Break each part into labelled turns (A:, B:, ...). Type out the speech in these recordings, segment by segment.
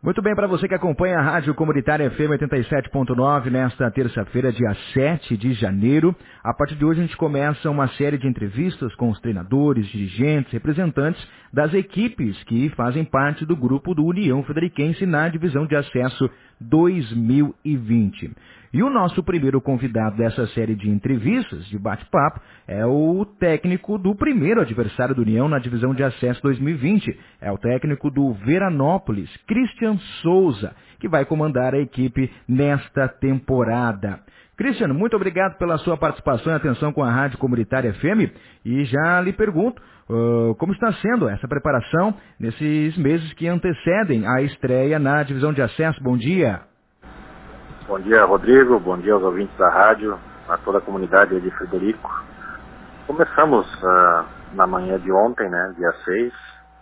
A: Muito bem, para você que acompanha a Rádio Comunitária FM 87.9, nesta terça-feira, dia 7 de janeiro. A partir de hoje a gente começa uma série de entrevistas com os treinadores, dirigentes, representantes das equipes que fazem parte do grupo do União Frederiquense na divisão de acesso 2020. E o nosso primeiro convidado dessa série de entrevistas, de bate-papo, é o técnico do primeiro adversário do União na divisão de acesso 2020. É o técnico do Veranópolis, Christian Souza, que vai comandar a equipe nesta temporada. Christian, muito obrigado pela sua participação e atenção com a Rádio Comunitária FM. E já lhe pergunto, como está sendo essa preparação nesses meses que antecedem a estreia na divisão de acesso? Bom dia.
B: Bom dia, Rodrigo. Bom dia aos ouvintes da rádio, a toda a comunidade de Frederico. Começamos na manhã de ontem, né, dia 6,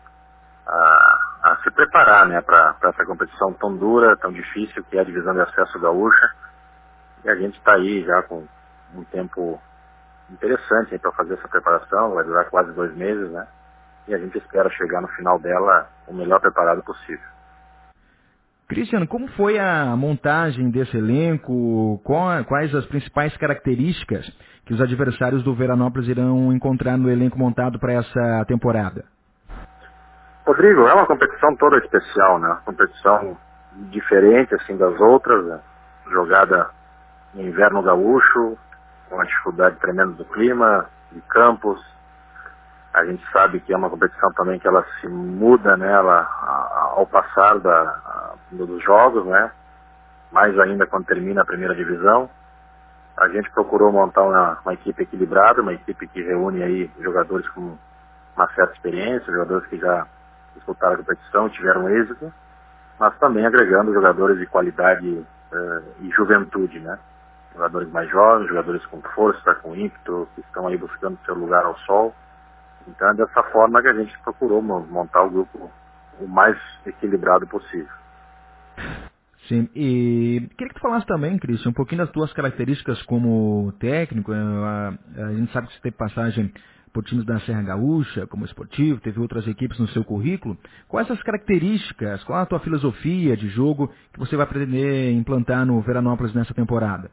B: a se preparar, né, para essa competição tão dura, tão difícil que é a divisão de acesso gaúcha. E a gente está aí já com um tempo interessante para fazer essa preparação, vai durar quase 2 meses, né? E a gente espera chegar no final dela o melhor preparado possível.
A: Christian, como foi a montagem desse elenco? Quais as principais características que os adversários do Veranópolis irão encontrar no elenco montado para essa temporada?
B: Rodrigo, é uma competição toda especial, né? Uma competição diferente assim das outras, né? Jogada no inverno gaúcho, com a dificuldade tremenda do clima, de campos. A gente sabe que é uma competição também que ela se muda, né, ao passar dos jogos, né, mais ainda quando termina a primeira divisão. A gente procurou montar uma equipe equilibrada, uma equipe que reúne aí jogadores com uma certa experiência, jogadores que já disputaram a competição e tiveram êxito, mas também agregando jogadores de qualidade e juventude, né, jogadores mais jovens, jogadores com força, com ímpeto, que estão aí buscando seu lugar ao sol. Então é dessa forma que a gente procurou montar o grupo o mais equilibrado possível.
A: Sim, e queria que tu falasse também, Christian, um pouquinho das tuas características como técnico. A gente sabe que você teve passagem por times da Serra Gaúcha, como esportivo, teve outras equipes no seu currículo. Quais essas características, qual a tua filosofia de jogo que você vai pretender implantar no Veranópolis nessa temporada?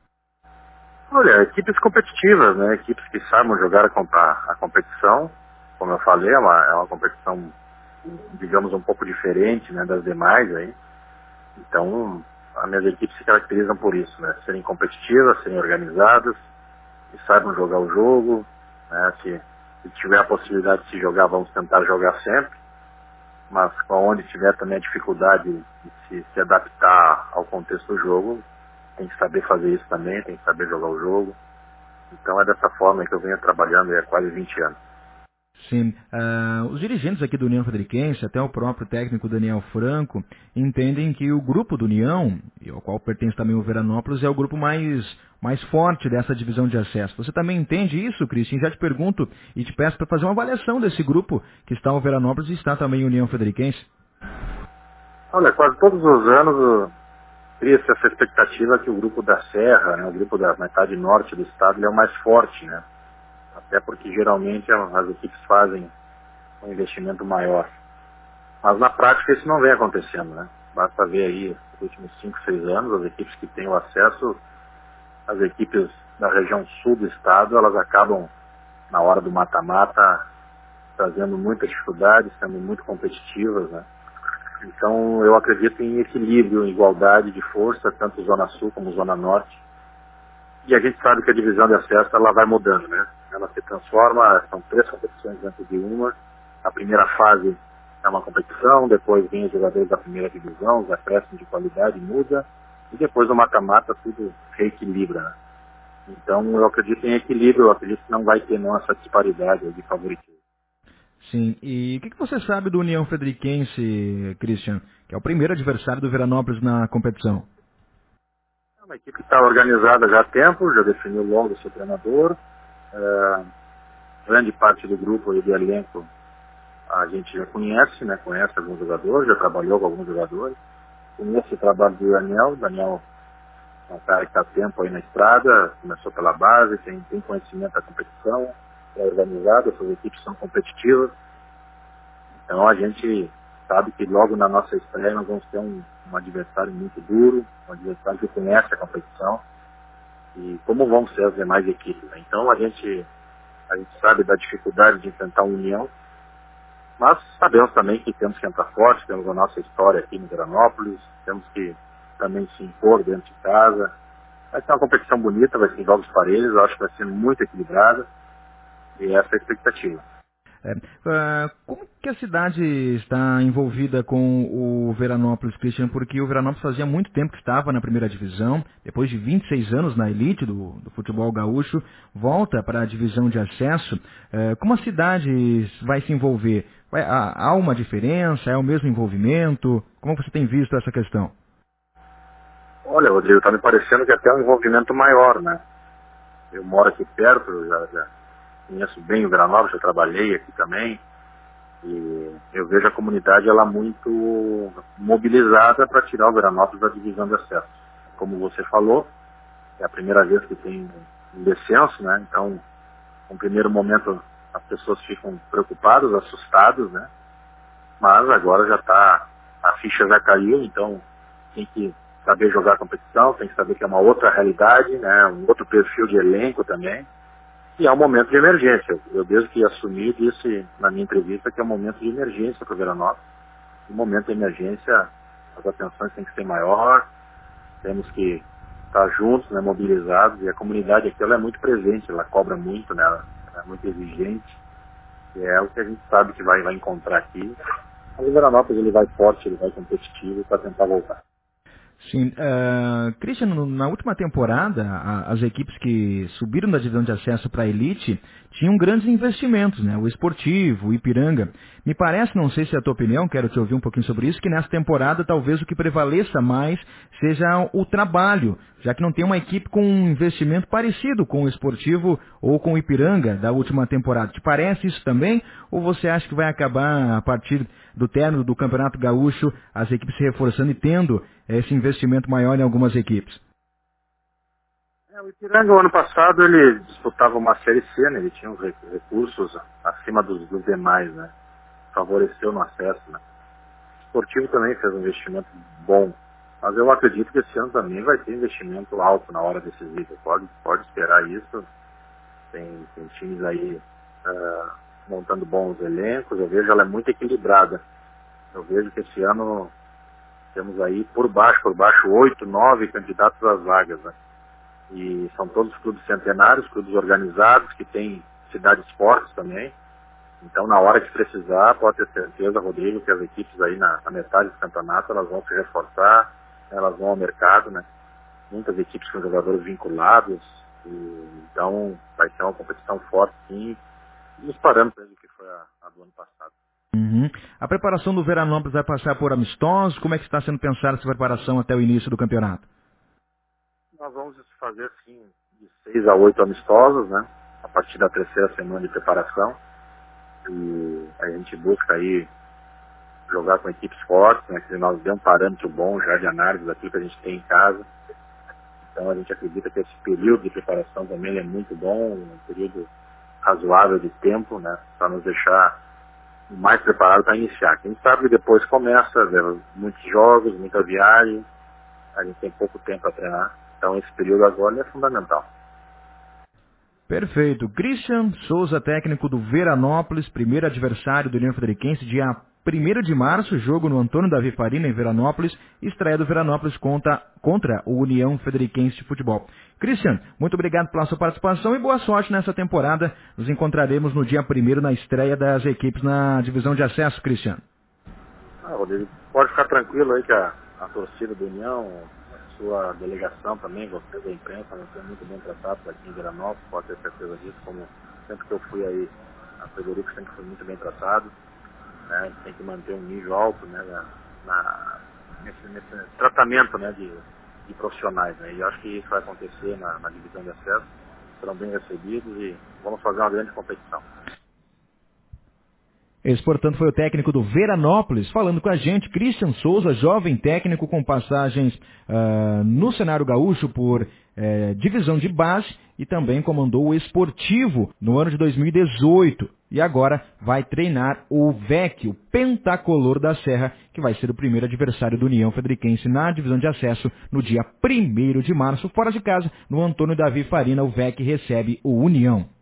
B: Olha, equipes competitivas, né? Equipes que sabem jogar a competição. Como eu falei, é uma competição, digamos, um pouco diferente, né, das demais aí. Então, as minhas equipes se caracterizam por isso, né? Serem competitivas, serem organizadas, que saibam jogar o jogo, né? Se tiver a possibilidade de se jogar, vamos tentar jogar sempre. Mas onde tiver também a dificuldade de se adaptar ao contexto do jogo, tem que saber fazer isso também, tem que saber jogar o jogo. Então é dessa forma que eu venho trabalhando há quase 20 anos.
A: Sim, os dirigentes aqui do União Frederiquense, até o próprio técnico Daniel Franco, entendem que o grupo do União, e ao qual pertence também o Veranópolis, é o grupo mais forte dessa divisão de acesso. Você também entende isso, Christian? Já te pergunto e te peço para fazer uma avaliação desse grupo que está o Veranópolis e está também o União Frederiquense.
B: Olha, quase todos os anos cria-se essa expectativa que o grupo da Serra, né, o grupo da metade norte do estado, ele é o mais forte, né? Até porque geralmente as equipes fazem um investimento maior. Mas na prática isso não vem acontecendo, né? Basta ver aí nos últimos 5, 6 anos, as equipes que têm o acesso, as equipes da região sul do estado, elas acabam, na hora do mata-mata, trazendo muita dificuldade, sendo muito competitivas, né? Então eu acredito em equilíbrio, em igualdade de força, tanto Zona Sul como Zona Norte. E a gente sabe que a divisão de acesso ela vai mudando, né? Ela se transforma, são 3 competições dentro de uma. A primeira fase é uma competição, depois vem os jogadores da primeira divisão, os acréscimos de qualidade muda, e depois no mata-mata tudo reequilibra, né? Então eu acredito em equilíbrio, eu acredito que não vai ter não essa disparidade de favoritismo.
A: Sim, e o que você sabe do União Frederiquense, Christian, que é o primeiro adversário do Veranópolis na competição?
B: É uma equipe que está organizada já há tempo, já definiu logo o seu treinador. Grande parte do grupo e do elenco a gente já conhece, né? Conhece alguns jogadores, já trabalhou com alguns jogadores. Conhece o trabalho do Daniel. Daniel é um cara que está há tempo aí na estrada, começou pela base, tem conhecimento da competição, é organizado, essas equipes são competitivas. Então a gente sabe que logo na nossa estreia nós vamos ter um adversário muito duro, um adversário que conhece a competição e como vão ser as demais equipes, né? Então a gente sabe da dificuldade de enfrentar uma União, mas sabemos também que temos que entrar forte, temos a nossa história aqui no Veranópolis, temos que também se impor dentro de casa. Vai ser uma competição bonita, vai ser em jogos parelhos, eu acho que vai ser muito equilibrada e essa é a expectativa.
A: Como que a cidade está envolvida com o Veranópolis, Christian? Porque o Veranópolis fazia muito tempo que estava na primeira divisão, depois de 26 anos na elite do futebol gaúcho, volta para a divisão de acesso. Como a cidade vai se envolver? Há uma diferença? É o mesmo envolvimento? Como você tem visto essa questão?
B: Olha, Rodrigo, está me parecendo que até um envolvimento maior, né? Eu moro aqui perto, eu já conheço bem o Veranópolis, já trabalhei aqui também. E eu vejo a comunidade ela muito mobilizada para tirar o Veranópolis da divisão de acesso. Como você falou, é a primeira vez que tem um descenso, né? Então, no primeiro momento, as pessoas ficam preocupadas, assustadas, né? Mas agora a ficha já caiu, então tem que saber jogar a competição, tem que saber que é uma outra realidade, né? Um outro perfil de elenco também. E é um momento de emergência. Eu desde que assumi, disse na minha entrevista que é um momento de emergência para o Veranópolis. No momento de emergência, as atenções têm que ser maior, temos que estar juntos, né, mobilizados, e a comunidade aqui ela é muito presente, ela cobra muito, né, ela é muito exigente, e é o que a gente sabe que vai encontrar aqui. Mas o Veranópolis ele vai forte, ele vai competitivo para tentar voltar.
A: Sim, Christian, na última temporada, as equipes que subiram da divisão de acesso para a elite tinham grandes investimentos, né? O Esportivo, o Ipiranga. Me parece, não sei se é a tua opinião, quero te ouvir um pouquinho sobre isso, que nessa temporada talvez o que prevaleça mais seja o trabalho, já que não tem uma equipe com um investimento parecido com o Esportivo ou com o Ipiranga da última temporada. Te parece isso também? Ou você acha que vai acabar, a partir do término do Campeonato Gaúcho, as equipes se reforçando e tendo esse investimento maior em algumas equipes?
B: O Ipiranga, o ano passado, ele disputava uma Série C, né? Ele tinha uns recursos acima dos demais, né? Favoreceu no acesso, né? O Esportivo também fez um investimento bom, mas eu acredito que esse ano também vai ter investimento alto na hora decisiva. Pode esperar isso. Tem times aí montando bons elencos. Eu vejo ela é muito equilibrada. Eu vejo que esse ano temos aí por baixo, 8, 9 candidatos às vagas, né? E são todos clubes centenários, clubes organizados, que têm cidades fortes também. Então, na hora que precisar, pode ter certeza, Rodrigo, que as equipes aí na metade do campeonato, elas vão se reforçar, elas vão ao mercado, né? Muitas equipes com jogadores vinculados, então vai ser uma competição forte, sim, nos parâmetros do que foi a do ano passado.
A: Uhum. A preparação do Veranópolis vai passar por amistosos? Como é que está sendo pensada essa preparação até o início do campeonato?
B: Nós vamos fazer, sim, de 6 a 8 amistosos, né? A partir da terceira semana de preparação. E a gente busca aí jogar com equipes fortes, né? Que nós demos um parâmetro bom já de análise daquilo que a gente tem em casa. Então a gente acredita que esse período de preparação também é muito bom, um período razoável de tempo, né? Para nos deixar mais preparados para iniciar. Quem sabe que depois começa, muitos jogos, muita viagem, a gente tem pouco tempo para treinar. Então esse período agora é fundamental.
A: Perfeito. Christian Souza, técnico do Veranópolis, primeiro adversário do União Frederiquense, dia 1º de março, jogo no Antônio Davi Farina, em Veranópolis, estreia do Veranópolis contra o União Frederiquense de Futebol. Christian, muito obrigado pela sua participação e boa sorte nessa temporada. Nos encontraremos no dia 1º na estreia das equipes na divisão de acesso, Christian.
B: Rodrigo, pode ficar tranquilo aí que a torcida do União, a sua delegação também, você da imprensa, vai ser muito bem tratado aqui em Veranópolis, pode ter certeza disso, como sempre que eu fui aí, a Frederico sempre foi muito bem tratado, né? A gente tem que manter um nível alto, né, nesse tratamento, né, de profissionais, né? E eu acho que isso vai acontecer na divisão de acesso, serão bem recebidos e vamos fazer uma grande competição.
A: Esse, portanto, foi o técnico do Veranópolis, falando com a gente, Christian Souza, jovem técnico com passagens no cenário gaúcho por divisão de base e também comandou o Esportivo no ano de 2018. E agora vai treinar o VEC, o Pentacolor da Serra, que vai ser o primeiro adversário do União Frederiquense na divisão de acesso no dia 1º de março. Fora de casa, no Antônio Davi Farina, o VEC recebe o União.